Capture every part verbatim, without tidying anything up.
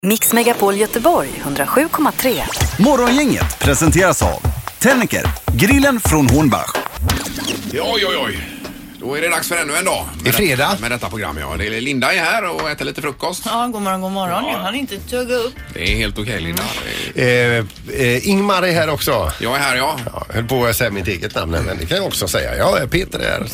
Mix Megapol Göteborg hundra sju komma tre. Morgongänget presenteras av Tennicker, grillen från Hornbach. Oj, oj, oj. Då är det dags för ännu en dag. Det är fredag. Detta, med detta program, ja. Det är Linda är här och äter lite frukost. Ja, god morgon, god morgon. Ja. Jag hann inte tugga upp. Det är helt okej, Linda. Eh, eh, Ingmar är här också. Jag är här, ja. Ja, jag höll på att säga mitt eget namn, men det kan jag också säga. Ja, Peter är här.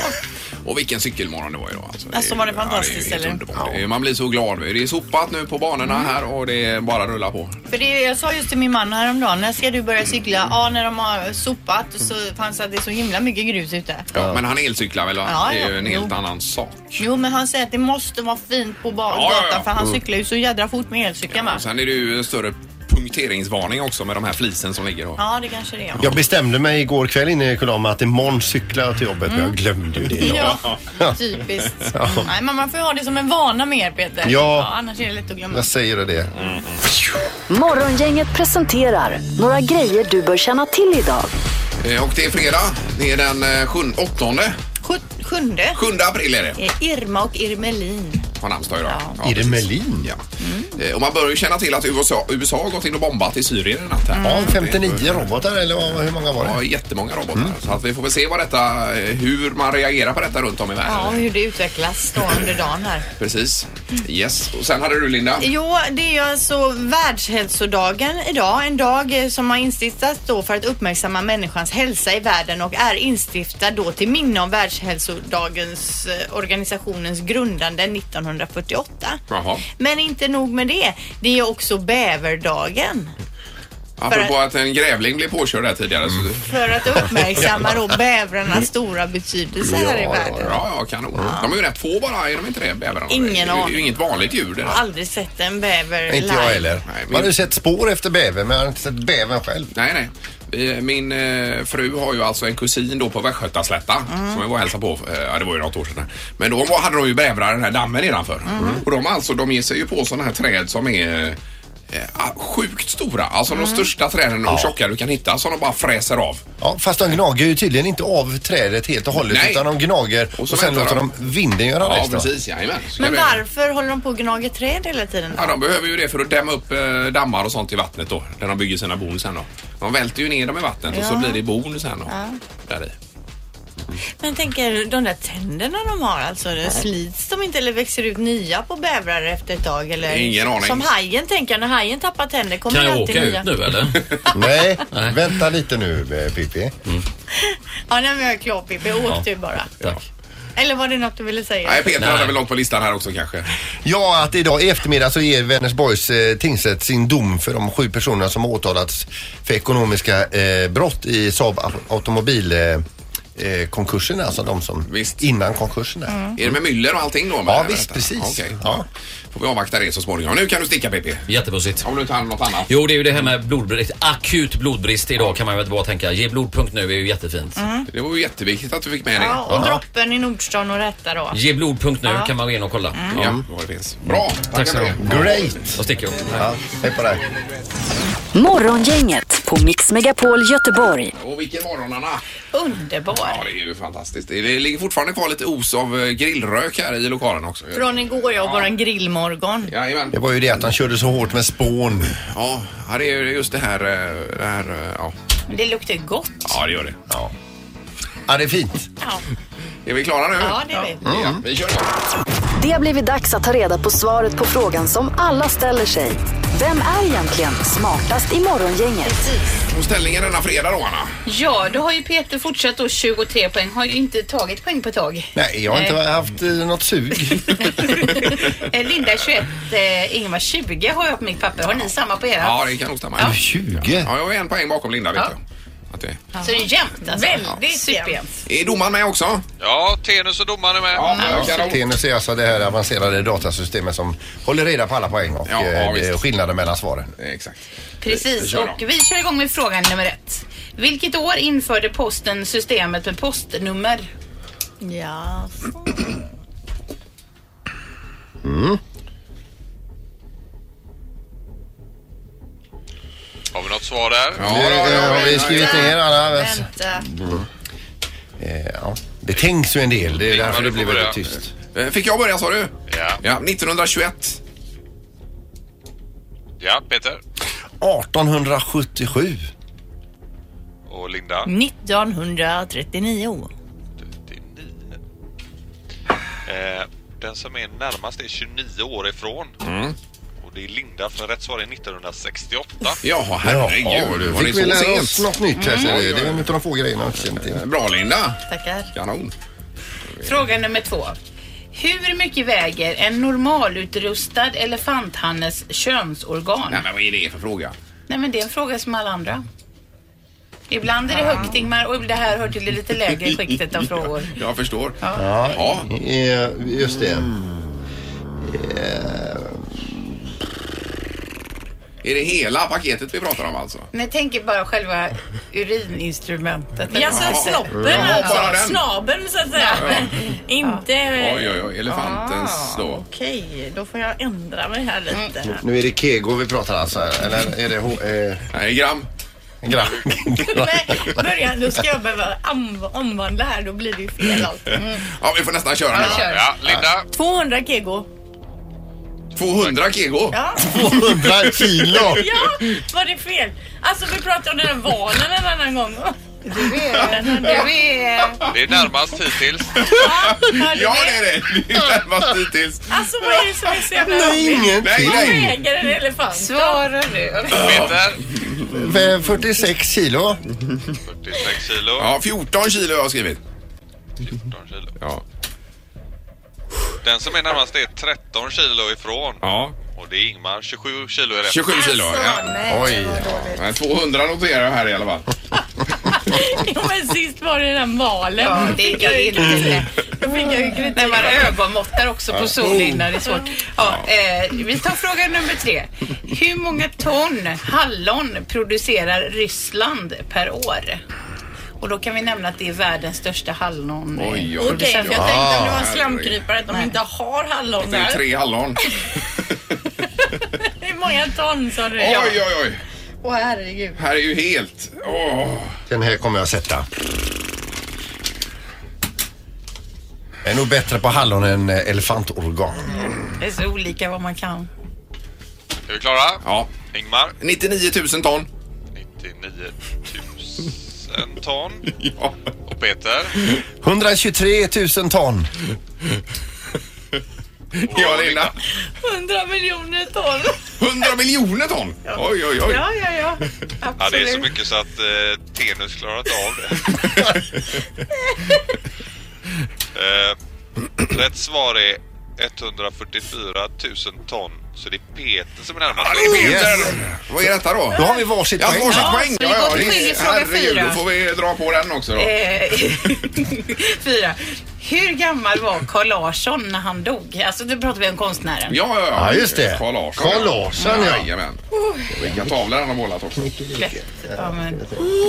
Och vilken cykelmorgon det var idag. Alltså, alltså var det fantastiskt, ja, det eller? Ja. Man blir så glad. Det är sopat nu på banorna mm. här och det är bara rulla på. För det, jag sa just till min man häromdagen, när ska du börja cykla? Ja, när de har sopat så fanns att det är så himla mycket grus ute. Ja, men han elcyklar väl? Ja, det är ju en jo. helt annan sak. Jo, men han säger att det måste vara fint på ba- ja, gatan ja, ja. för han cyklar ju så jädra fort med elcykeln. Ja, sen är det ju en större punkteringsvarning också med de här flisen som ligger. Och... Ja, det kanske det är. Jag bestämde mig igår kväll innan jag kunde att imorgon cyklar till jobbet, mm. men jag glömde ju det. Ja, typiskt. Ja. Nej, men man får ha det som en vana mer, Peter. Ja, ja annars är det lätt att glömma. Jag säger det. Mm. Morgongänget presenterar några grejer du bör känna till idag. Eh, och det är fredag. Det är den eh, sjun- åttonde. Sjut- sjunde. Sjunde april är det. Irma och Irmelin. Har namnsdag idag. Ja. Ja, Irmelin? Ja. Mm. Och man bör ju känna till att U S A, U S A har gått in och bombat i Syrien i natt här. Ja, femtionio robotar eller hur många var det? Ja, jättemånga robotar. Mm. Så att vi får väl se vad detta, hur man reagerar på detta runt om i världen. Ja, hur det utvecklas då under dagen här. Precis. Yes. Och sen hade du, Linda? Jo, det är ju alltså världshälsodagen idag. En dag som har instiftats då för att uppmärksamma människans hälsa i världen och är instiftad då till minne av världshälsodagens eh, organisationens grundande nittonhundrafyrtioåtta. Jaha. Men inte nog med det. Det är också bäverdagen. Apropå att, att en grävling blev påkörd här tidigare. Mm. Så... För att uppmärksamma då bävrarnas stora betydelse här i världen. Ja, ja, kanon. Ja. De är ju rätt få bara, är de inte det, bävrarna? Ingen aning. Det är ju inget vanligt djur det. Jag har aldrig sett en bäver Inte jag heller. Nej, min... Man har ju sett spår efter bäver, men jag har inte sett bävern själv. Nej, nej. Min eh, fru har ju alltså en kusin då på Västgötaslätta mm. som jag var och hälsade på, eh, ja det var ju något år sedan. Men då var, hade de ju bävrar den här dammen nedanför. Mm. Och de alltså, de ger sig ju på sådana här träd som är eh, sjukt stora. Alltså mm. de största träden och ja. tjocka du kan hitta som de bara fräser av. Ja, fast de gnager ju tydligen inte av trädet helt och hållet. Nej. Utan de gnager och, och sen låter de vinden göra ja, resten. Precis, jajamän. Men varför håller de på att gnaga träd hela tiden då? Ja, de behöver ju det för att dämma upp eh, dammar och sånt i vattnet då. Där de bygger sina bon sen då. De välter ju ner dem i vattnet ja. och så blir det bon sen då. Ja. Där i. Men jag tänker, de där tänderna de har alltså, det slits de inte eller växer ut nya på bävrar efter ett tag? Eller? Ingen aning. Som hajen tänker jag, när hajen tappar tänder kommer kan det alltid nya. Kan jag åka ut nu eller? Nej, Nej, vänta lite nu Pippi. Mm. Ja, nej, men jag är klar Pippi, åk ja. du bara. Tack. Eller var det något du ville säga? Nej, Peter hade väl något på listan här också kanske. Ja, att idag i eftermiddag så ger Vänersborgs eh, tingsrätt sin dom för de sju personerna som åtalats för ekonomiska eh, brott i Saab automobil eh, Eh, konkursen, alltså de som visst. Innan konkursen är. Mm. Är det med myller och allting då? Med ja visst, precis. Okay. Ja. Får vi avvakta det så småningom. Nu kan du sticka Pippi. Jättepositivt. Om du tar något annat. Jo, det är ju det här med blodbrist. Akut blodbrist idag ja. kan man väl bara tänka. Ge blod punkt nu är ju jättefint. Mm. Det var ju jätteviktigt att du fick med det. Ja, och ja. droppen i Nordstan och rätta då. Ge blod punkt nu ja. kan man gå in och kolla. Mm. Ja, vad det finns. Bra. Tack så mycket. Great. Då sticker jag. Ja, hej på dig. Morgongänget på Mix Megapol Göteborg. Och vilken morgon, Anna. Underbar. Ja, det är ju fantastiskt. Det ligger fortfarande kvar lite os av grillrök här i lokalen också. Från igår, jag var ja. en grillmorgon. Jajamän. Det var ju det att han körde så hårt med spån. Ja, det är just det här, det här ja. Det luktar gott. Ja, det gör det. Ja, ja det är fint. Ja. Är vi klara nu? Ja, det är vi. Mm. Ja, vi kör igång. Det har blivit dags att ta reda på svaret på frågan som alla ställer sig. Vem är egentligen smartast i morgongänget? Och ställningen denna fredag då, Anna? Ja, då har ju Peter fortsatt då tjugotre poäng. Har ju inte tagit poäng på tag. Nej, jag har inte Nej. haft eh, något sug. Linda tjugoett, eh, Ingmar tjugo har jag på mitt papper. Har ni samma på era? Ja, det kan nog stämma. Ja. tjugo? Ja, jag är en poäng bakom Linda, vet ja. jag. Det. Ja. Så det är jämnt alltså. Väldigt superjämnt. Är domaren med också? Ja, Tenus och domaren är med. Ja, ja, Tenus är alltså det här avancerade datasystemet som håller reda på alla poäng och ja, ja, skillnaden mellan svaren. Exakt. Precis, vi och vi kör igång med frågan nummer ett. Vilket år införde posten systemet med postnummer? Ja. Mm. Har vi något svar där? Ja, ja, ja, har vi skrivit ner alla. Vänta. Mm. Ja, det tänks ju en del. Det är därför det blir väldigt tyst. Fick jag börja, sa du? Ja. Ja, nittonhundratjugoett. Ja, Peter. artonhundrasjuttiosju. Och Linda. nittonhundratrettionio. trettionio. Eh, den som är närmast är tjugonio år ifrån. Mm. Och det är Linda, för rätt svar är nittonhundrasextioåtta. Jaha, herregud. Ja, du var det fick vi så lära oss sent? något nytt här. Så Mm. det är en av de få grejerna jag inte känner till. Bra, Linda. Tackar. Kanon. Fråga nummer två. Hur mycket väger en normalutrustad elefanthannes könsorgan? Nej, men vad är det för fråga? Nej, men det är en fråga som alla andra. Ibland är det högt, Ingmar, och det här hör till det lite lägre skiktet av frågor. Jag förstår. Ja, Ja. eh, just det. Är det hela paketet vi pratar om alltså? Men jag tänker bara själva urininstrumentet. Ja, så Jaha. snoppen Ja, alltså. bara den. Snabeln så att säga. Inte... Oj, oj, oj. Elefantens då. Okej, då får jag ändra mig här lite. Nu är det kego vi pratar alltså, eller är det ho- eh, Nej, gram. gram? Nej, börja, då ska jag behöva om, omvandla här, då blir det ju fel allt. Mm. Ja, vi får nästan köra nu va? kör. Ja, Linda. tvåhundra kego. tvåhundra kego. Ja. tvåhundra kilo! Ja, var det fel? Alltså vi pratade om den här valen en annan gång. Du är... Du är... Det är närmast hittills. Ja, det är det. Det är närmast hittills. Alltså vad är det som är så jävla Nej, roligt? inget. Nej, Vad nej. väger en elefant? Svara nu. Peter. fyrtiosex kilo. fyrtiosex kilo. Ja, fjorton kilo har jag skrivit. fjorton kilo. Ja. Den som är närmast är tretton kilo ifrån. Ja. Och det är Ingmar. tjugosju kilo är rätt. tjugosju kilo. Alltså, Ja. nej, Oj. det var dåligt. Men tvåhundra noterar jag här i alla fall. Jo, men sist var det den valen. Ja, det är inte lätt. Då fick jag ju kritik. När man ögonmåttar också på sollinnar, det är svårt. Ja, eh, vi tar fråga nummer tre. Hur många ton hallon producerar Ryssland per år? Och då kan vi nämna att det är världens största hallon. Oj, oj, oj. Okej, för jag tänkte om det var en herregud. slamkrypare att de inte har hallon Det är där. tre hallon. Hur många ton sa du? Oj, oj, oj. Åh herregud. Här är ju helt... Åh. Den här kommer jag sätta. Jag är nog bättre på hallon än eh, elefantorgan. Det är så olika vad man kan. Är vi klara? Ja. Ingmar. nittionio tusen ton. nittionio tusen ton. Ja. Och Peter. hundratjugotre tusen ton. Ja, Linda. hundra miljoner ton. hundra miljoner ton. Oj, oj, oj. Ja, ja, ja. Absolut. Ja, det är så mycket så att eh, Tenus klarat av det. eh, rätt svar är etthundrafyrtiofyra tusen ton. Så det är Peter som är Ja, närmast. det är Peter. Yes. Vad är detta då? Då har vi varsitt Ja, poäng. varsitt Ja, poäng. så vi går till det- skiljefråga herregud, fyra. Då får vi dra på den också då. Eh, Fyra. Hur gammal var Carl Larsson när han dog? Alltså, nu pratar vi om konstnären. Ja, ja, Ja, just det. Carl Larsson. Carl Larsson, ja. Jajamän. Vilka tavlor han har målat också. Lätt. Ja, men...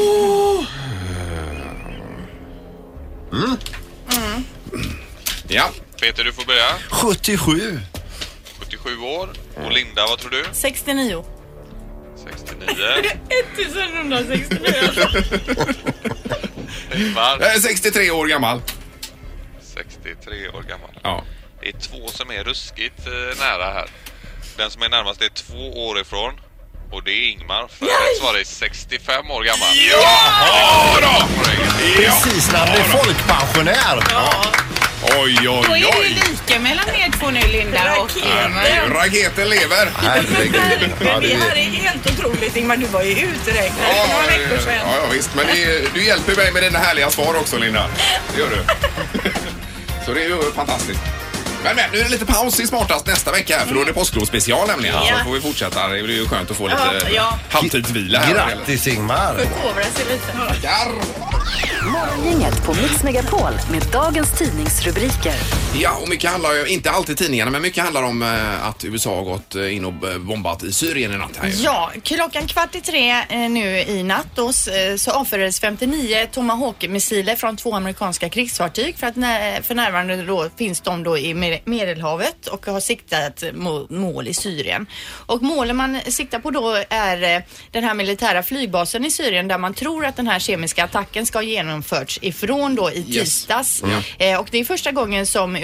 Ja. Peter, du får börja. sjuttiosju. sjuttiosju år. Och Linda, vad tror du? sextionio. sextionio. ettusenhundrasextionio. Ingmar. Jag är sextiotre år gammal. sextiotre år gammal. Ja. Det är två som är ruskigt eh, nära här. Den som är närmast är två år ifrån. Och det är Ingmar. För rätt svar är sextiofem år gammal. Ja då! Ja. Precis när han blev folkpensionär. Oj, Då oj, är det oj. lika mellan er två nu, Linda och Herregud, raketen lever. Herregud. Ja, Men det det här är... är helt otroligt, Ingmar. Du var ju uträknad Ja, för några veckor sedan. ja, ja, visst. Men det, du hjälper mig med dina härliga svar också, Linda. Det gör du. Så det är ju fantastiskt. Men, men nu är det lite paus i Smartast nästa vecka här, för då är det påsklovsspecial nämligen. Ja. Så får vi fortsätta. Det blir ju skönt att få lite Ja, ja. halvtidsvila här. Grattis Ingmar. Förkovra sig lite. Tackar. Morgongänget på Mix Megapol med dagens tidningsrubriker. Ja, och mycket handlar ju, inte alltid tidningarna, men mycket handlar om eh, att U S A har gått eh, in och eh, bombat i Syrien i natt här. Ja, klockan kvart i tre eh, nu i natt då, eh, så avfyrades femtionio Tomahawk-missiler från två amerikanska krigsfartyg för att när, för närvarande då finns de då i Mer- Medelhavet och har siktat må- mål i Syrien. Och målen man siktar på då är eh, den här militära flygbasen i Syrien där man tror att den här kemiska attacken ska ha genomförts ifrån då i tisdags. Yes. Eh, och det är första gången som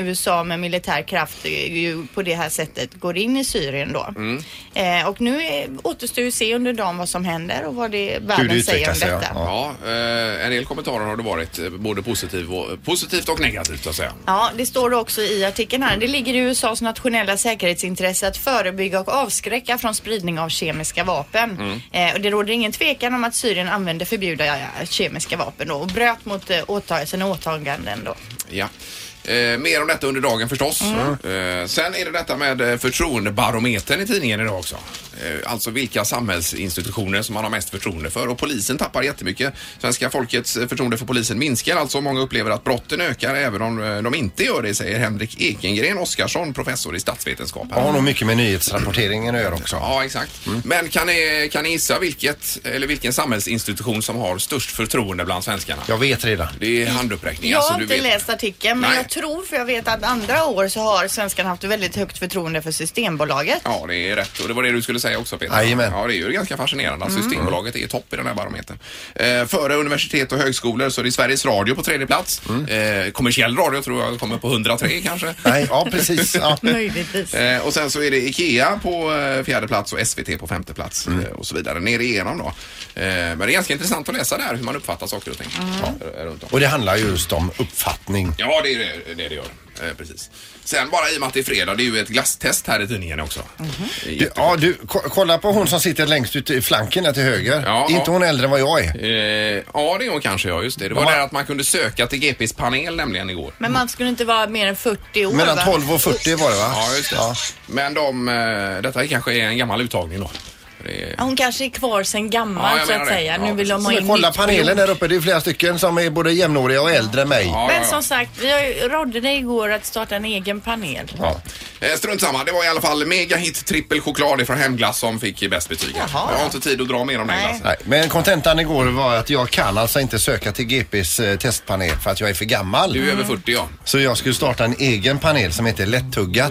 U S A med militär kraft ju på det här sättet går in i Syrien då. Mm. Eh, och nu är, återstår ju se under dagen vad som händer och vad det världen det säger om sig, detta. Ja, ja eh, en del kommentarer har det varit eh, både positiv och, positivt och negativt så att säga. Ja, det står det också i artikeln här. Det ligger i U S As nationella säkerhetsintresse att förebygga och avskräcka från spridning av kemiska vapen. Mm. Eh, och det råder ingen tvekan om att Syrien använder förbjuda ja, kemiska vapen då, och bröt mot eh, åtag- sina åtaganden då. Ja. Eh, mer om detta under dagen förstås. Mm. Eh, sen är det detta med förtroendebarometern i tidningen idag också. Eh, alltså vilka samhällsinstitutioner som man har mest förtroende för. Och polisen tappar jättemycket. Svenska folkets förtroende för polisen minskar. Alltså många upplever att brotten ökar även om de inte gör det, säger Henrik Ekengren Oskarsson, professor i statsvetenskap. Ja, nog mycket med nyhetsrapporteringen att göra också. Ja, exakt. Mm. Men kan ni, kan ni gissa vilket, eller vilken samhällsinstitution som har störst förtroende bland svenskarna? Jag vet redan. Det är handuppräckning. Jag har alltså, inte du vet. läst artikeln, men Nej. jag tror, för jag vet att andra år så har svenskarna haft väldigt högt förtroende för Systembolaget. Ja, det är rätt. Och det var det du skulle säga också, Peter. Jajamän. Ja, det är ju ganska fascinerande. Mm. Systembolaget är topp i den här barometern. Eh, före universitet och högskolor så är det Sveriges Radio på tredje plats. Mm. Eh, kommersiell radio tror jag kommer på hundratre kanske. Nej, ja precis. Ja. Möjligtvis. Eh, och sen så är det IKEA på eh, fjärde plats och S V T på femte plats mm. eh, och så vidare. Ner igenom då. Eh, men det är ganska intressant att läsa där hur man uppfattar saker och ting. Mm. Ja, runt om. Och det handlar just om uppfattning. Ja, det är det det, det gör. Eh, precis. Sen bara i och med att det är fredag, det är ju ett glasstest här i tidningen också. Mm-hmm. Du, ja, du, ko- kolla på hon som sitter längst ut i flanken här till höger. Ja, är inte ja. hon äldre än vad jag är? Eh, ja, det är hon kanske, ja, just det. Det var Ja. där att man kunde söka till G P:s panel nämligen igår. Men man skulle inte vara mer än fyrtio år, Mellan va? tolv och fyrtio var det, va? Ja, just det. Ja. Men de, eh, detta är kanske en gammal uttagning då. Det är... Ja, hon kanske är kvar sen gammalt Ja, jag så att menar det. säga. Ja, Nu vill de ha Men in kolla nytt panelen blod. där uppe, det är flera stycken som är både jämnåriga och äldre än mig. Ja, Men ja, ja. som sagt, vi har ju rådde det igår att starta en egen panel. Ja. Eh, strunt samma, det var i alla fall mega hit trippel choklad från Hemglass som fick bäst betyg. Jaha. Jag har inte tid att dra mer om den Nej. glassen. Nej, men kontentan igår var att jag kan alltså inte söka till G P:s eh, testpanel för att jag är för gammal. Du är över fyrtio, ja. Så jag skulle starta en egen panel som heter Lättuggat.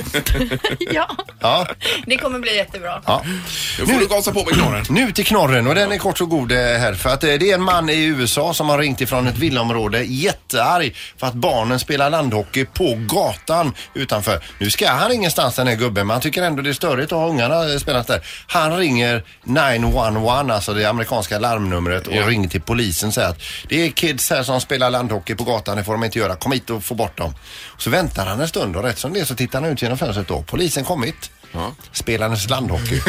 Ja, Ja. det kommer bli jättebra. Ja. Nu får du gasa på med knorren. Nu till knorren, och den är kort och god eh, här, för att eh, det är en man i U S A som har ringt ifrån ett villaområde jättearg för att barnen spelar landhockey på gatan utanför. Nu ska han ingenstans den här gubben, men han tycker ändå det är störigt att ha ungarna eh, spelat där. Han ringer nio ett ett, alltså det amerikanska larmnumret, och Ja. ringer till polisen och säger att det är kids här som spelar landhockey på gatan, det får de inte göra, kom hit och få bort dem. Så väntar han en stund och rätt som det så tittar han ut genom fönstret då. Polisen kommit. Ja. Spelarnes landhockey.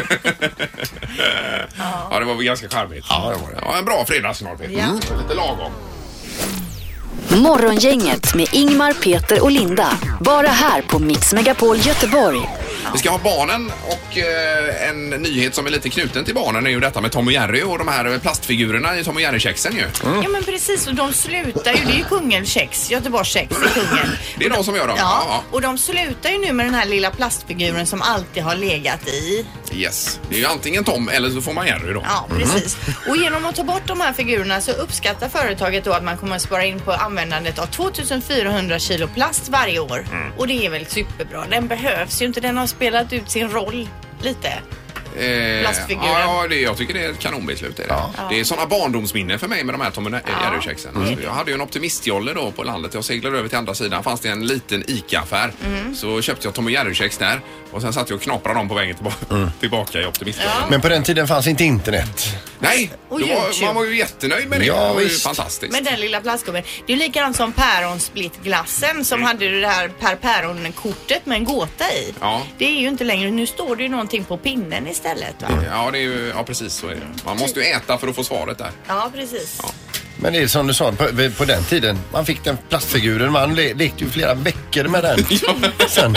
Ja, det var väl ganska charmigt. Ja, det var det. Ja, en bra fredagssnart, Peter. Ja. Mm. Lite lagom. Morgongänget med Ingmar, Peter och Linda. Bara här på Mix Megapol Göteborg. Vi ska ha barnen, och eh, en nyhet som är lite knuten till barnen är ju detta med Tom och Jerry och de här plastfigurerna i Tom och Jerry-kexen ju. Mm. Ja, men precis, och de slutar ju, det är ju Kungen-kex, Göteborgs-kex i Kungen. Det är de som gör dem. Ja, Ja, och de slutar ju nu med den här lilla plastfiguren som alltid har legat i. yes. Det är ju antingen Tom eller så får man Jerry då. Ja, precis. Och genom att ta bort de här figurerna så uppskattar företaget då att man kommer att spara in på användandet av tvåtusenfyrahundra kilo plast varje år. Mm. Och det är väl superbra. Den behövs ju inte, den har spelat ut sin roll lite. Eh, Plastfiguren. Ja, det, jag tycker det är ett kanonbeslut. Är det. Ja. Det är sådana barndomsminnen för mig med de här Tom och Jerry-kexen. Mm. Alltså, jag hade ju en optimistjolle då på landet. Jag seglade över till andra sidan. Fanns det en liten ICA-affär. Mm. Så köpte jag Tom och Jerry-kex där. Och sen satt jag och knaprade dem på vägen tillbaka, Mm. tillbaka i optimistjollen. Men på den tiden fanns inte internet. Nej, Och då var, YouTube. man var ju jättenöjd med det. Ja, det var ju visst. fantastiskt. Med den lilla plastgubben. Det är ju likadant som päronsplittglassen som hade ju det här per päron-kortet med en gåta i. Ja. Det är ju inte längre, nu står det ju någonting på pinnen istället, va? Ja, det är ju, ja, precis så är det. Man måste ju äta för att få svaret där. Ja, precis. Men det är som du sa, på, på den tiden, man fick den plastfiguren, man le, lekte ju flera veckor med den. Sen.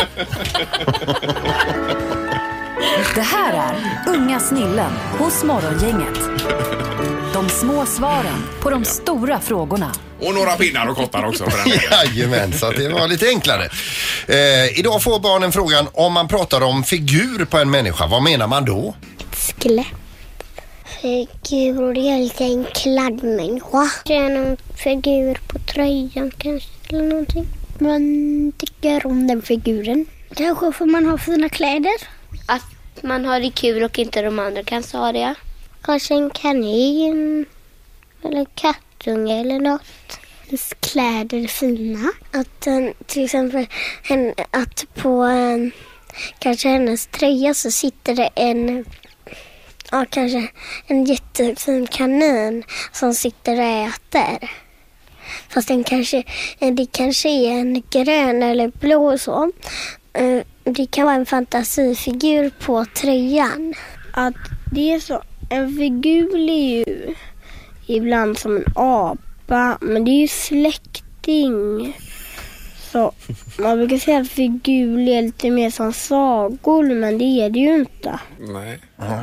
Det här är Unga snillen hos Morgongänget. De små svaren på de stora frågorna. Och några pinnar och kottar också för den delen. Jajamän, så att det var lite enklare. Eh, idag får barnen frågan, om man pratar om figur på en människa, vad menar man då? Skelett. Figur, det är lite en kladdmänniska. Det är någon figur på tröjan kanske, eller någonting. Man tycker om den figuren. Kanske får man ha fina kläder. Att man har det kul och inte de andra kanske har det. Kanske en kanin eller kattunge eller något. hennes kläder är fina. Att um, till exempel hen, att på um, kanske hennes tröja så sitter det en, ja, kanske en jättefin kanin som sitter och äter. Fast den kanske, det kanske är en grön eller blå och så. Uh, det kan vara en fantasifigur på tröjan. Att det är så, en figur är ju ibland som en apa, men det är ju släkting. Så man brukar säga att figur är lite mer som sagor, men det är det ju inte. Nej.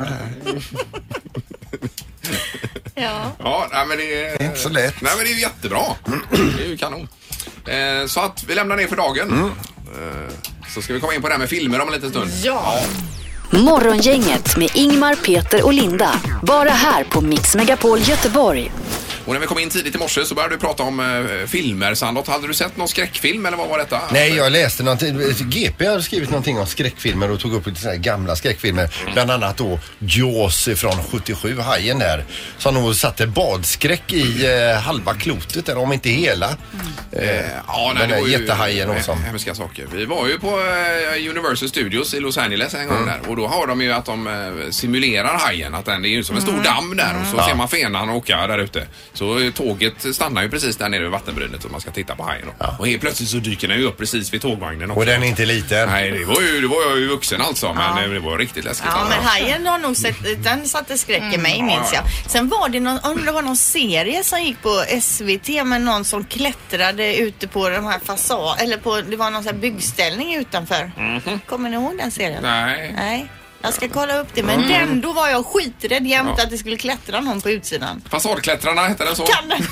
Ja. Ja, nej, men det är inte så lätt. Nej, men det är ju jättebra. Det är ju kanon. Eh, så att vi lämnar ner för dagen. Mm. Eh, så ska vi komma in på det här med filmer om en liten stund. Ja. Morgongänget med Ingmar, Peter och Linda. Bara här på Mix Megapol Göteborg. Och när vi kom in tidigt i morse så började du prata om eh, filmer. Sandot, hade du sett någon skräckfilm eller vad var detta? Nej, jag läste någonting. G P har skrivit någonting om skräckfilmer och tog upp lite sådana här gamla skräckfilmer. Mm. Bland annat då Jaws från sjuttiosju, Hajen där. Som nog satte badskräck i eh, halva klotet, eller om inte hela. Mm. Eh, ja, nej, den det var där jättehajen också. Hemska saker. Vi var ju på eh, Universal Studios i Los Angeles en gång mm. där. Och då har de ju att de eh, simulerar hajen. Att den är ju som en stor mm. damm där. Och så mm. ser man fenan åka där ute. Så tåget stannar ju precis där nere vid vattenbrynet och man ska titta på hajen. Ja. Och helt plötsligt så dyker den ju upp precis vid tågvagnen också. Och den är inte liten. Nej, det var ju, det var ju vuxen alltså, men ja. det var riktigt läskigt. Ja, men hajen har nog sett, den satte skräck i mig, mm. minns jag. Sen var det någon, om det var någon serie som gick på S V T med någon som klättrade ute på de här fasad, eller på, det var någon sån här byggställning utanför. Mm-hmm. Kommer ni ihåg den serien? Nej. Nej. Jag ska kolla upp det, men mm. den, då var jag skiträdd jämt ja. att det skulle klättra någon på utsidan. Fasadklättrarna heter den så. Kan den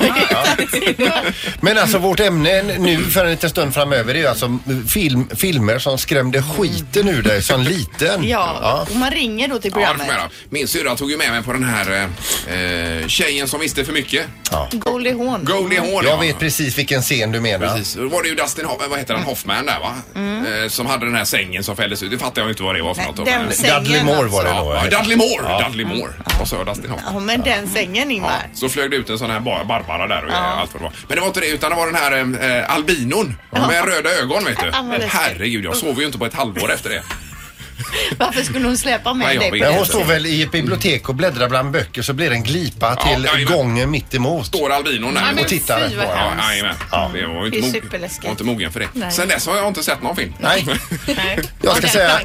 ja. Men alltså vårt ämne nu för en liten stund framöver är ju alltså film, filmer som skrämde skiten ur dig som liten. Ja, ja. Och man ringer då till programmet. Ja, min syrra tog ju med mig på den här eh, tjejen som visste för mycket. Ja. Goldie Hawn. Goldie Hawn, Jag vet precis vilken scen du menar. Precis. Då var det ju Dustin Hoffman, vad heter han, Hoffman där va? Mm. Eh, som hade den här sängen som fälldes ut. Det fattar jag inte vad det var för Nej, något. Den sängen, Dudley Moore var det ja, nog. Ja, Dudley Moore. Ja. Dudley Moore. Vad sa jag, Dustin Hoffman? Ja, men den sängen, Ingmar. Ja, så flög det ut en sån här bar Barbara där och ja. allt vad det var. Men det var inte det, utan det var den här eh, albinon ja. med röda ögon, vet du. Ja, herregud, jag sov ju inte på ett halvår efter det. Varför skulle hon släppa med Nej, dig? Men hon står väl i ett bibliotek och bläddrar bland böcker, så blir det en glipa ja, till ja, gången mitt emot. Står albinon där ja, och tittar. Fy, ja, ja, ja. Det var ju inte, mog var inte mogen för det. Nej. Sen dess har jag inte sett någon film. Nej. Nej. Jag ska säga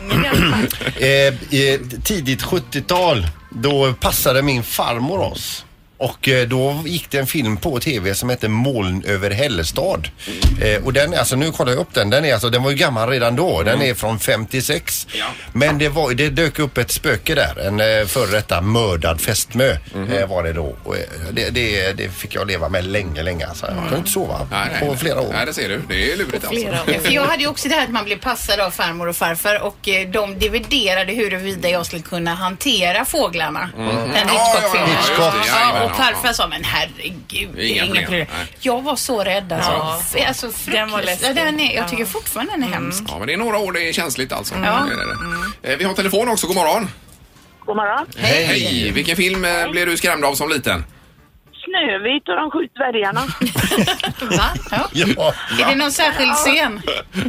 eh, tidigt sjuttiotal, då passade min farmor oss. Och eh, då gick det en film på tv som heter Moln över Hällestad. Eh, och den, alltså nu kollar jag upp den. Den, är, alltså, den var ju gammal redan då. Den är från femtiosex. Ja. Men det, var, det dök upp ett spöke där. En eh, före detta mördad fästmö mm-hmm. eh, var det då. Och, eh, det, det, det fick jag leva med länge, länge. Alltså. Jag kunde inte sova nej, nej, på flera år. Nej, det ser du. Det är lurigt alltså. För jag hade ju också det här att man blev passad av farmor och farfar. Och eh, de dividerade huruvida jag skulle kunna hantera fåglarna. Mm. Den Hitchcock-filmen. Hitchcock. Ja, och farfar sa, men herregud, det är inga problem. Jag var så rädd alltså. Ja. Alltså den var läskig. Den är, jag tycker fortfarande den är mm. hemsk. Ja, men det är några år, det är känsligt alltså. Mm. Ja. Det är det. Mm. Vi har telefon också, god morgon. God morgon. Hej. Hej. Vilken film Hej. blev du skrämd av som liten? Snövit och de sju dvärgarna. Va? Ja. Ja. Är det någon särskild scen?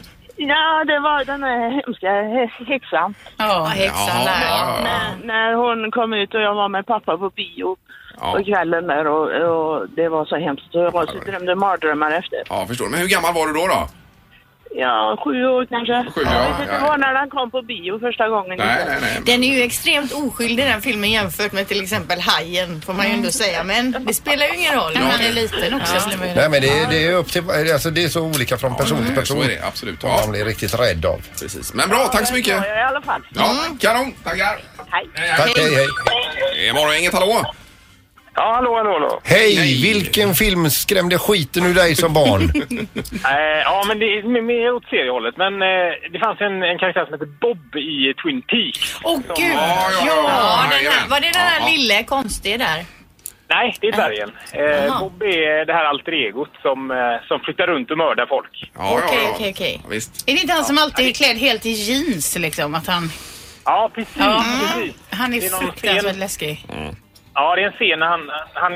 Ja, det var den här hemska häxan. Ja, häxan där. Ja. När, när hon kom ut och jag var med pappa på bio ja. på kvällen där och, och det var så hemskt. Så jag var så drömde mardrömmar efter. Ja, förstår. Men hur gammal var du då då? Ja, sju år kanske. Sju, ja. Jag vet inte, det var när den kom på bio första gången. Nej, nej, nej. Den är ju extremt oskyldig, den filmen, jämfört med till exempel Hajen, får man ju ändå säga. Men det spelar ju ingen roll. Ja, han är liten också. Ja. Nej, men det är, det är upp till, alltså det är så olika från person ja, till person. Så är det, absolut. Ja. Man blir riktigt rädd av. Precis. Men bra, tack så mycket. Ja, i alla fall. Ja, kanon. Tackar. Hej. Tack, hej, hej. Det är morgon, inget hallå. Ja, hallå, hallå, hallå. Hej, Hej, vilken film skrämde skiten ur dig som barn? eh, ja, men det är mer åt seriehållet. Men eh, det fanns en, en karaktär som heter Bob i Twin Peaks. Åh, oh, gud! Ja, ja, ja, ja, den här, var det den här ja, lille konstiga där? Nej, det är dvärgen. Eh, Bob är det här alter egot som, eh, som flyttar runt och mördar folk. Okej, okej, okej. Är det inte han ja. som alltid är klädd helt i jeans, liksom? Att han... Ja, precis. Ja, precis. Han är, är fruktansvärt läskig. Mm. Ja, det är en scen när han, han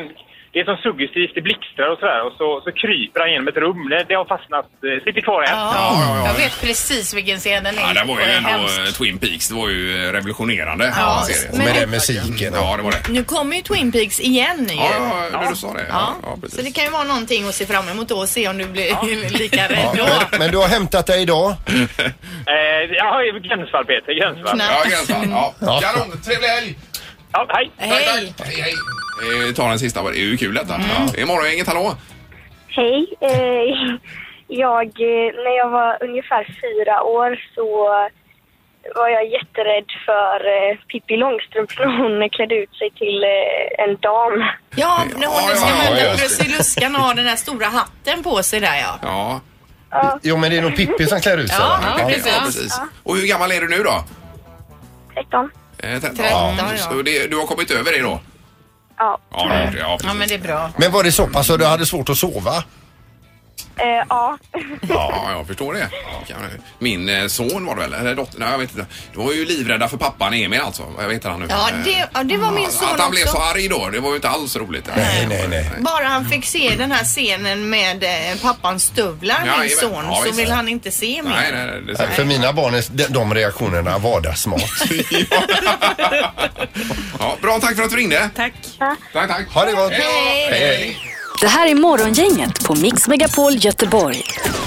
det är som suggestivt, det blixtrar och sådär. Och så, så kryper han genom ett rum. Det, det har fastnat, eh, sitter kvar här. Ja, Ja, ja, ja. jag vet precis vilken scen den är. Ja, det var ju Och ändå hemskt. Twin Peaks. Det var ju revolutionerande. Ja, serien. Och med den musiken. Ja, det var det. Nu kommer ju Twin Peaks igen ju. Ja, ja, du sa det. Ja, ja, Så precis. det kan ju vara någonting att se fram emot då och se om du blir lika rädd då. Ja, men, men du har hämtat dig idag? Eh, ja, Gränsfall Peter, Gränsfall. Nej. Ja, Gränsfall. Ja. Ja. Kanon, trevlig helg! Ja, hej! Tack, Hej! tack. Hej, hej. Eh, ta den sista, det är ju kul detta. Ja. Det är morgongänget, hallå? Hej. Eh, jag, eh, när jag var ungefär fyra år så var jag jätterädd för eh, Pippi Långstrump för hon klädde ut sig till eh, en dam. Ja, när hon Ja, ska ja, möta ja, just det. Prussiluskan och har den här stora hatten på sig där, ja. Ja. Jo, men det är nog Pippi som klär ut sig. Ja, va? ja, Ja, precis. precis. Och hur gammal är du nu då? tretton. Eh, tretton. Tretton, ja. Så det, du har kommit över det då? Ja. Ja, det har gjort det. Ja, Ja, precis. men det är bra. Men var det så pass så du hade svårt att sova? Eh, ja. Ja, jag förstår det. Kan- Min eh, son var det väl? Eller dotter? Nej, jag vet inte. De var ju livrädda för pappan Emil alltså. Jag vet han nu. Ja, Eh, det, ja, det var min son Att han blev så också. arg då, det var ju inte alls roligt. Nej, nej, nej. Bara han fick se den här scenen med eh, pappans stövlar, Ja, min jajamän. son, Ja, så visst. vill han inte se mer. Nej, nej, nej. Det Nej, för mina barn är de, de reaktionerna vardagsmat. Ja, bra, tack för att du ringde. Tack. Tack, tack. Ha det gott. Hej. Hej. Det här är Morgongänget på Mix Megapol Göteborg.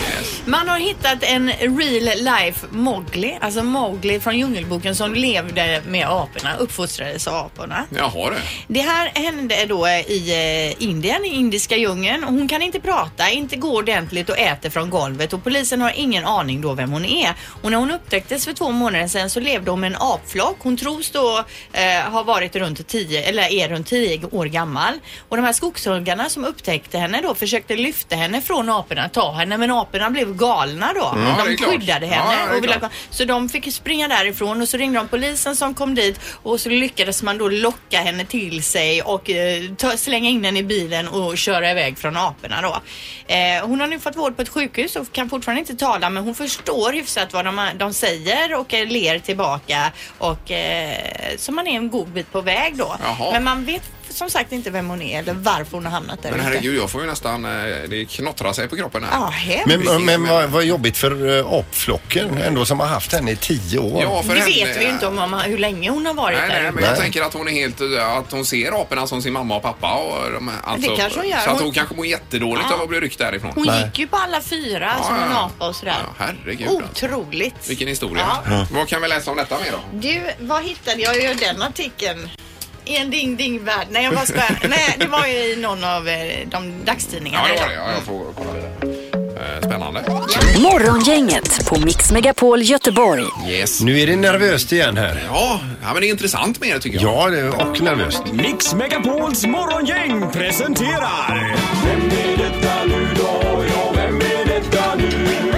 Man har hittat en real life Mowgli, alltså Mowgli från Djungelboken som levde med aporna, uppfostrades av aporna. Jaha, det. Det här hände då i eh, Indien, i indiska djungeln. Och hon kan inte prata, inte gå ordentligt och äter från golvet. Och polisen har ingen aning då vem hon är. Och när hon upptäcktes för två månader sedan så levde hon med en apflock. Hon tros då eh, ha varit runt tio, eller är runt tio år gammal. Och de här skogshuggarna som upptäckte henne då försökte lyfta henne från aporna, ta henne. Men aporna blev galna då. Mm. Ja, det De är klart. skyddade Ja, henne. det är och ville, klart. så de fick springa därifrån och så ringde de polisen som kom dit och så lyckades man då locka henne till sig och eh, ta, slänga in henne i bilen och köra iväg från aporna då. Eh, hon har nu fått vård på ett sjukhus och kan fortfarande inte tala, men hon förstår hyfsat vad de, de säger och eh, ler tillbaka och eh, så man är en god bit på väg då. Jaha. Men man vet som sagt inte vem hon är eller varför hon har hamnat där Men ute. herregud, jag får ju nästan, eh, det knottrar sig på kroppen här. Ja, hemskt. Men, men vad, vad jobbigt för uh, apflocken ändå som har haft henne i tio år. Ja, för Det henne- vet vi ju inte om, om hur länge hon har varit Nej, där. nej, men jag tänker att hon är helt, att hon ser aporna som sin mamma och pappa och de, alltså, Det kanske hon gör. så att hon, Hon- kanske mår jättedåligt Ja. av att bli ryckt därifrån. Hon Nej. gick ju på alla fyra Ja, som en ja. apa och sådär. Ja, herregud. alltså. Otroligt. Vilken historia. Ja. Vad kan vi läsa om detta mer då? Du, vad hittade jag i den artikeln? I en ding ding värld. Nej, jag bara ska... Nej, det var ju i någon av eh, de dagstidningarna. Ja, det var det. idag. Ja, jag får kolla vidare. Eh, Spännande. Morgongänget på Mix Megapol Göteborg. Yes. Nu är det nervöst igen här. Ja, ja, men det är intressant med det tycker jag. Ja, det är- och nervöst. Mix Megapols morgongäng presenterar... Vem är detta nu då? Ja, vem är detta nu?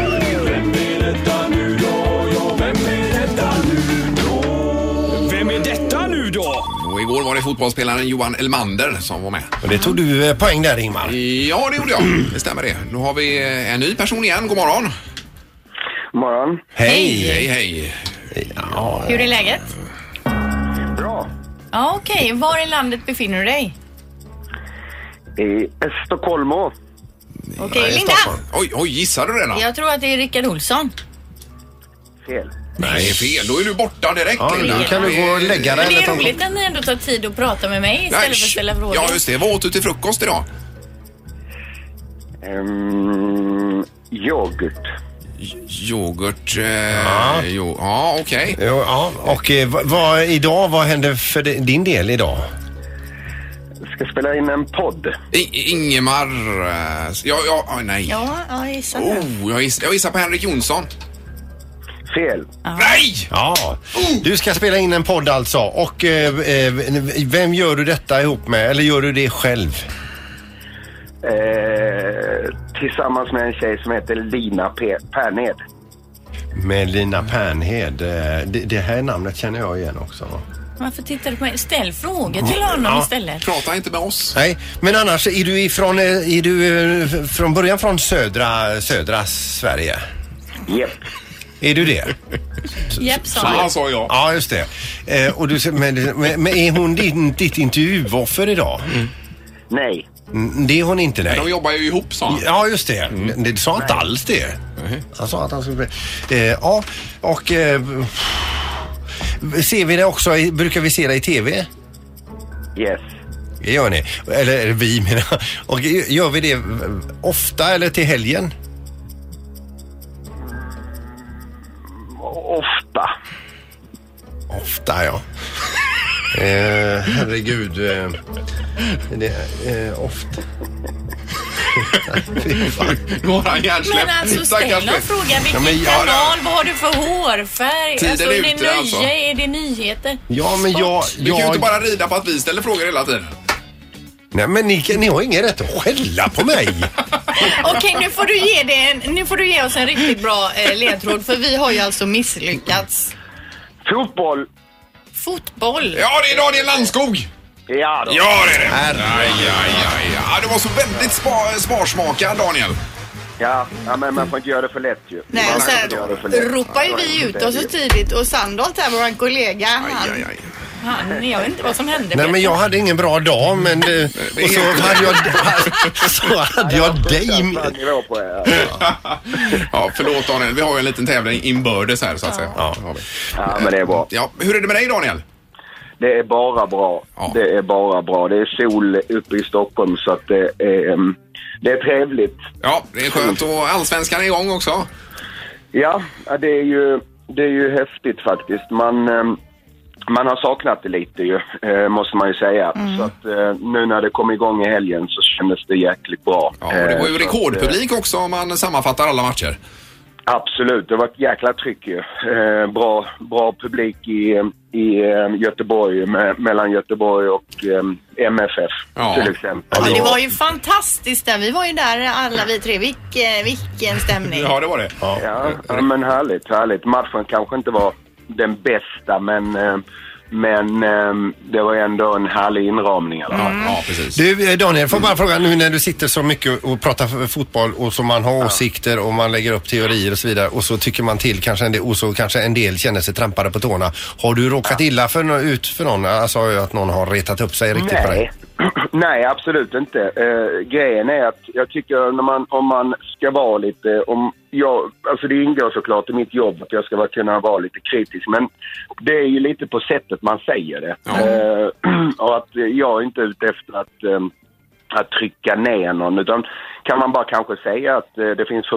Vem är detta nu då? Ja, vem är detta nu då? Vem är detta nu då? Och igår var det fotbollsspelaren Johan Elmander som var med. Och det tog du eh, poäng där, Ingmar. Ja, det gjorde jag. Det stämmer det. Nu har vi eh, en ny person igen. God morgon. Morgon. Hej! Hej, hej. Ja, Hur är läget? Bra. Ja, okej. Var i landet befinner du dig? I Stockholm. Okej, Nej, Linda. Stockholm. Oj, oj, gissar du redan? Jag tror att det är Rickard Olsson. Fel. Nej, fel. Då är du borta direkt, Ja, Linda. då kan du gå och lägga dig. Men det eller är ta- roligt att ni ändå tar tid att prata med mig istället för att ställa frågor. Ja, just det. Vad åt du till frukost idag? Um, yoghurt. Yoghurt. Eh, ja, jo, ja okej. Jo, ja, och eh, vad, vad, idag, vad hände för di- din del idag? Ska spela in en podd. I- Ingemar... eh, Ja, ja, ah, nej. Ja, ja, gissa det. Oh, jag, giss, jag gissar på Henrik Jonsson. Fel. Nej! Ja, du ska spela in en podd alltså. Och eh, eh, vem gör du detta ihop med? Eller gör du det själv? Eh, tillsammans med en tjej som heter Lina P- Pernhed. Med Lina Pernhed. Eh, Det, det här namnet känner jag igen också. Varför tittar du på mig? Ställ frågor till honom Ja. istället. Prata inte med oss. Nej, men annars är du ifrån, eh, är du eh, från början från södra, södra Sverige? Japp. Är du det? Japp, sa Ja, han. sa jag. Ja, just det. Eh, och du, men, men, men är hon din, ditt intervjuoffer idag? Nej. Mm, det är hon inte, nej. Men de jobbar ju ihop, sa han. Ja, just det. Mm. Det sa inte alls det. Mm. Han sa att han skulle... Eh, ja, och... Eh, ser vi det också, i, brukar vi se det i tv? Yes. Det gör ni. Eller, eller vi menar. Och gör vi det ofta eller till helgen? Ofta. Ofta, ja. eh, herregud. Eh, det, eh, ofta. Nu har han hjärnsläpp. Men alltså ställ någon fråga. Vilken ja, men, kanal? ja, Vad har du för hårfärg? Tiden alltså, är är det ute, nöje? alltså. Är det nyheter? Ja, men jag... Vi kan ju jag... inte bara rida på att vi ställer frågor hela tiden. Nej, men ni, ni har ingen rätt att skälla på mig. Okej, nu får du ge det en, nu får du ge oss en riktigt bra eh, ledtråd, för vi har ju alltså misslyckats. Fotboll. Fotboll. Ja, det är Daniel Landskog. Ja, då. Ja, det är det. Aj, aj, aj, aj. Ja, du var så väldigt spa, sparsmakad, Daniel. Ja, ja, men man får inte göra det för lätt ju. Nej, man och sen ropar ju vi ut oss så tidigt, och Sandholt här, vår kollega, han, Aj, aj, aj. han, jag vet inte vad som hände. Nej, men jag hade ingen bra dag, men eh, och så hade jag så hade jag dig. Ja, förlåt Daniel. Vi har ju en liten tävling inbördes här, så att säga. Ja. Ja, men det är bra. Ja, hur är det med dig, Daniel? Det är bara bra. Ja. Det är bara bra. Det är sol uppe i Stockholm, så att det är, um, det är trevligt. Ja, det är skönt. Och allsvenskan är igång också. Ja, det är ju, det är ju häftigt faktiskt. Man, um, man har saknat det lite ju, uh, måste man ju säga. Mm. Så att uh, nu när det kom igång i helgen så kändes det jäkligt bra. Ja, och det var ju uh, rekordpublik att, också om man sammanfattar alla matcher. Absolut, det var ett jäkla tryck ju. Eh, bra, bra publik i, i eh, Göteborg, med, mellan Göteborg och eh, M F F ja. till exempel. Ja, det var ju fantastiskt där. Vi var ju där alla vi tre. Vilken, vilken stämning. Ja, det var det. Ja, ja, ja men härligt, härligt. Matchen kanske inte var den bästa, men... Eh, Men eh, det var ändå en härlig inramning. Eller? Mm. Ja, precis. Du, Daniel, får bara fråga nu när du sitter så mycket och pratar fotboll och så man har ja. åsikter och man lägger upp teorier och så vidare och så tycker man till kanske en del, och så kanske en del känner sig trampade på tårna. Har du råkat ja. illa för, ut för någon? Alltså att någon har retat upp sig riktigt Nej. på dig? Nej, absolut inte. Uh, grejen är att jag tycker när man, om man ska vara lite, om jag, alltså det ingår såklart i mitt jobb att jag ska kunna vara lite kritisk, men det är ju lite på sättet man säger det. Ja. Uh, och att jag är inte ute efter att, um, att trycka ner någon, utan kan man bara kanske säga att uh, det finns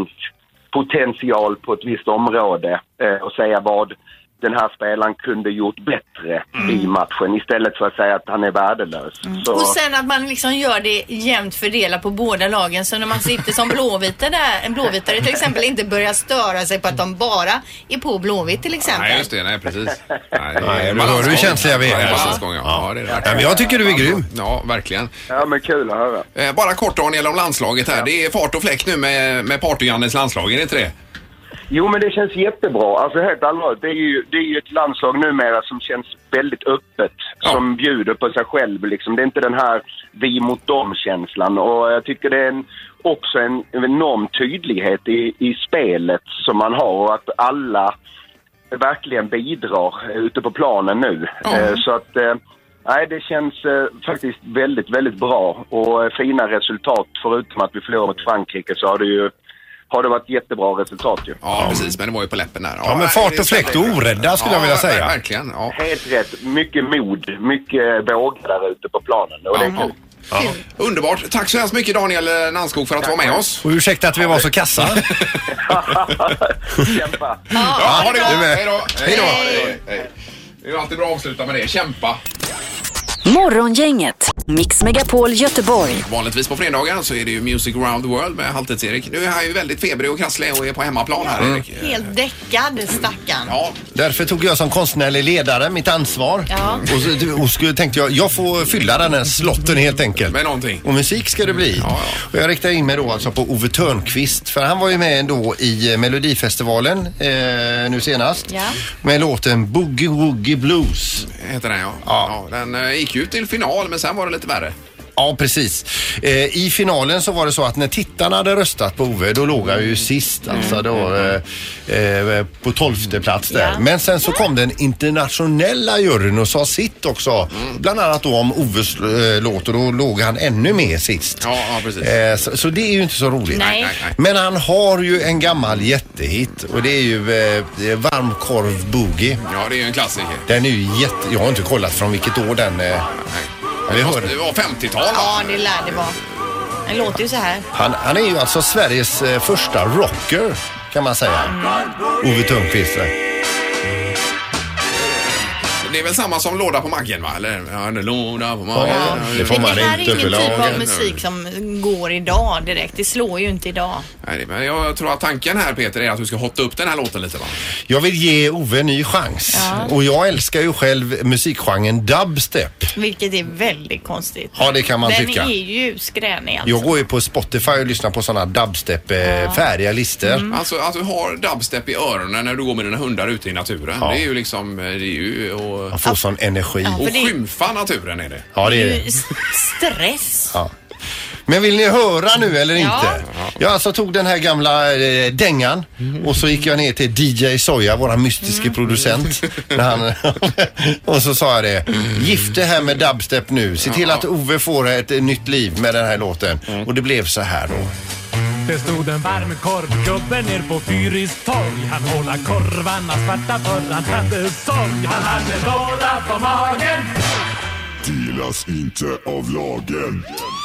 förbättringspotential på ett visst område uh, och säga vad den här spelaren kunde gjort bättre mm. i matchen istället för att säga att han är värdelös. Mm. Så... Och sen att man liksom gör det jämnt fördelat på båda lagen, så när man sitter som blåvitare där, en blåvitare till exempel inte börjar störa sig på att de bara är på blåvitt till exempel. Nej, just det. Nej, precis. Nej, nej, men hör du hur känsliga vi är? Ja, ja. Ja, det är det. Ja, men jag tycker du är grym. Ja, verkligen. Ja, men kul att höra. Eh, bara kort Daniel om landslaget här. Ja. Det är fart och fläkt nu med, med Party-Jannes landslag, är det inte det? Jo, men det känns jättebra. Alltså helt allvarligt, det är ju, det är ju ett landslag numera som känns väldigt öppet. Ja. Som bjuder på sig själv liksom. Det är inte den här vi mot dem-känslan. Och jag tycker det är en, också en enorm tydlighet i, i spelet som man har. Och att alla verkligen bidrar ute på planen nu. Ja. Eh, så att... Eh, Nej, det känns eh, faktiskt väldigt, väldigt bra. Och eh, fina resultat. Förutom att vi förlorar mot Frankrike så har det ju har det varit jättebra resultat ju. Ja, precis. Men det var ju på läppen där. Ja, ja men fart och fläkt och orädda skulle ja, jag vilja säga. Verkligen, ja. Helt rätt. Mycket mod. Mycket våg där ute på planen. Och ja, det är kul. Ja. Underbart. Tack så hemskt mycket Daniel Landskog för att du var med oss. Och ursäkta att vi var så kassa. Kämpa. Ja, ha det gott. Hej då. Hej då. Hej. Det är ju alltid bra att avsluta med det. Kämpa. Morgongänget, Mix Megapol Göteborg. Vanligtvis på fredagar så är det ju Music Around the World med Halvtids-Erik. Nu är han ju väldigt febrig och krasslig och är på hemmaplan här, mm. Erik. Helt däckad, stackarn. Ja. Därför tog jag som konstnärlig ledare mitt ansvar. Ja. Och, så, och så tänkte jag, jag får fylla den här slotten helt enkelt. Med någonting. Och musik ska det bli. Ja, ja. Och jag riktade in mig då alltså på Ove Törnqvist. För han var ju med ändå i Melodifestivalen eh, nu senast. Ja. Med låten Boogie Woogie Blues. Heter den, ja. Ja. ja den eh, gick ut till final, men sen var det lite värre. Ja, precis. Eh, I finalen så var det så att när tittarna hade röstat på Ove, då låg han ju sist. Alltså då, eh, eh, på tolfte plats där. Ja. Men sen så kom den internationella juryn och sa sitt också. Mm. Bland annat då om Oves eh, låt, och då låg han ännu mer sist. Ja, ja precis. Eh, så, så det är ju inte så roligt. Nej. Nej, nej. Men han har ju en gammal jättehit och det är ju eh, Varmkorv Boogie. Ja, det är ju en klassiker. Den är ju jätte... Jag har inte kollat från vilket år den... Eh, Det, måste, det var femtiotal. Ja, det lär det vara. Den låter ju så här. han, han är ju alltså Sveriges eh, första rocker, kan man säga. Ove Thörnqvist. Det är väl samma som låda på maggen, va? Eller ja, låda på maggen. Ja, det får Men man det här är inte ingen typ förlaga. av musik som går idag direkt. Det slår ju inte idag. Nej, men jag tror att tanken här, Peter, är att du ska hotta upp den här låten lite, va? Jag vill ge Ove en ny chans. Ja. Och jag älskar ju själv musikgenren dubstep. Vilket är väldigt konstigt. Ja, det kan man Den tycka. är ju skränig alltså. Jag går ju på Spotify och lyssnar på sådana dubstep eh, färdiga listor. Mm. Alltså att du har dubstep i öronen när du går med dina hundar ute i naturen. Ja. Det är ju liksom, det är ju och, Man får sån energi. Ja, och för det- skymfa naturen är det. Ja, det är Det är det. ju s- stress. Ja. Men vill ni höra nu eller inte? Ja. Jag alltså tog den här gamla eh, dängan och så gick jag ner till D J Soja, våra mystiske producent. När han, och så sa jag det. Gift det här med dubstep nu. Se till att Ove får ett eh, nytt liv med den här låten. Och det blev så här då. Det stod en varmkorvgubbe ner på Fyris torg. Han hålla korvarna svarta för han hade sorg. Han hade låda på magen. Delas inte av lagen.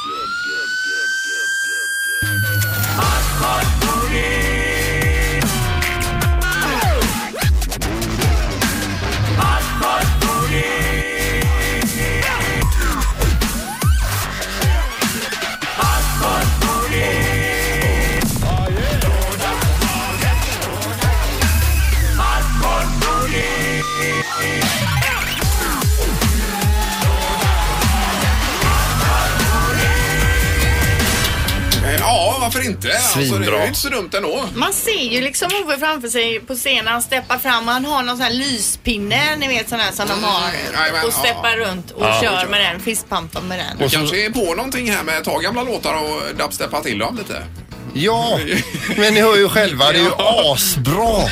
Ja, varför inte? Alltså, det är Svinbra. ju inte så dumt ändå. Man ser ju liksom Ove framför sig på scenen. Han steppar fram. Han har någon sån här lyspinne, ni vet sån här som de har. Jajamän, Och steppar ja. runt och Ja. kör med den. Fistpumpar med den. Du kanske är på någonting här med att ta gamla låtar och dubsteppa till dem lite. Ja, men ni hör ju själva, det är ju Ja. asbra.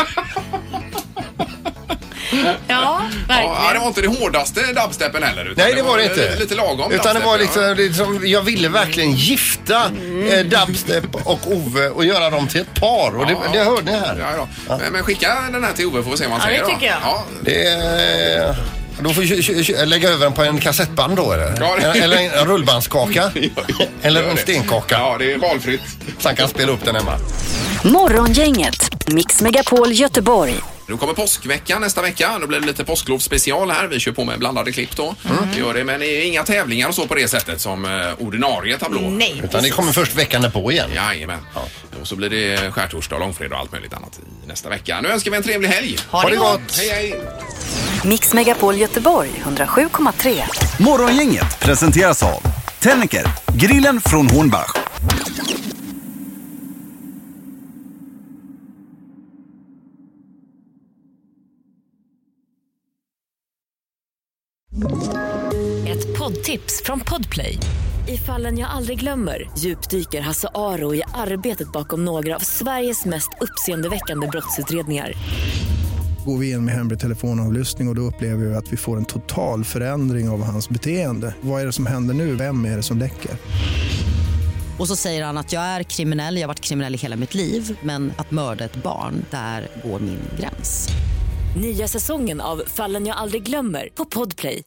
Ja, verkligen. Ja, det var inte det hårdaste dubsteppen heller. Utan Nej, det var det inte. Lite, lite lagom Utan det var dubstep, ja. liksom, liksom, jag ville verkligen gifta eh, dubstep och Ove och göra dem till ett par. Och det, Ja, ja. det hörde ni här. Ja, ja. Men, men skicka den här till Ove får vi se vad han Ja, säger det då. tycker jag. Ja. Det är... Då får du kö- kö- lägga över den på en kassettband då, eller? Ja, det- Eller en rullbandskaka. Eller Gör en det. stenkaka. Ja, det är valfritt. Så han kan spela upp den hemma. Morgongänget, Mix Megapol Göteborg. Nu kommer påskveckan nästa vecka. Då blir det lite påsklovsspecial här. Vi kör på med blandade klipp då. Mm. Det gör det, men det är inga tävlingar och så på det sättet som eh, ordinarie tablå. Nej. Utan det kommer först veckan på igen. Jajamän. Ja. Och så blir det skärtorsdag, långfredag och allt möjligt annat i nästa vecka. Nu önskar vi en trevlig helg. Ha det gott. Hej, hej. Mix Megapol Göteborg hundra sju komma tre. Morgongänget presenteras av Tennicker, grillen från Hornbach. Ett poddtips från Podplay. I Fallen jag aldrig glömmer djupdyker Hasse Aro i arbetet bakom några av Sveriges mest uppseendeväckande brottsutredningar. Går vi in med hemlig telefonavlyssning och, och då upplever vi att vi får en total förändring av hans beteende. Vad är det som händer nu? Vem är det som läcker? Och så säger han att jag är kriminell, jag har varit kriminell i hela mitt liv. Men att mörda ett barn, där går min gräns. Nya säsongen av Fallen jag aldrig glömmer på Podplay.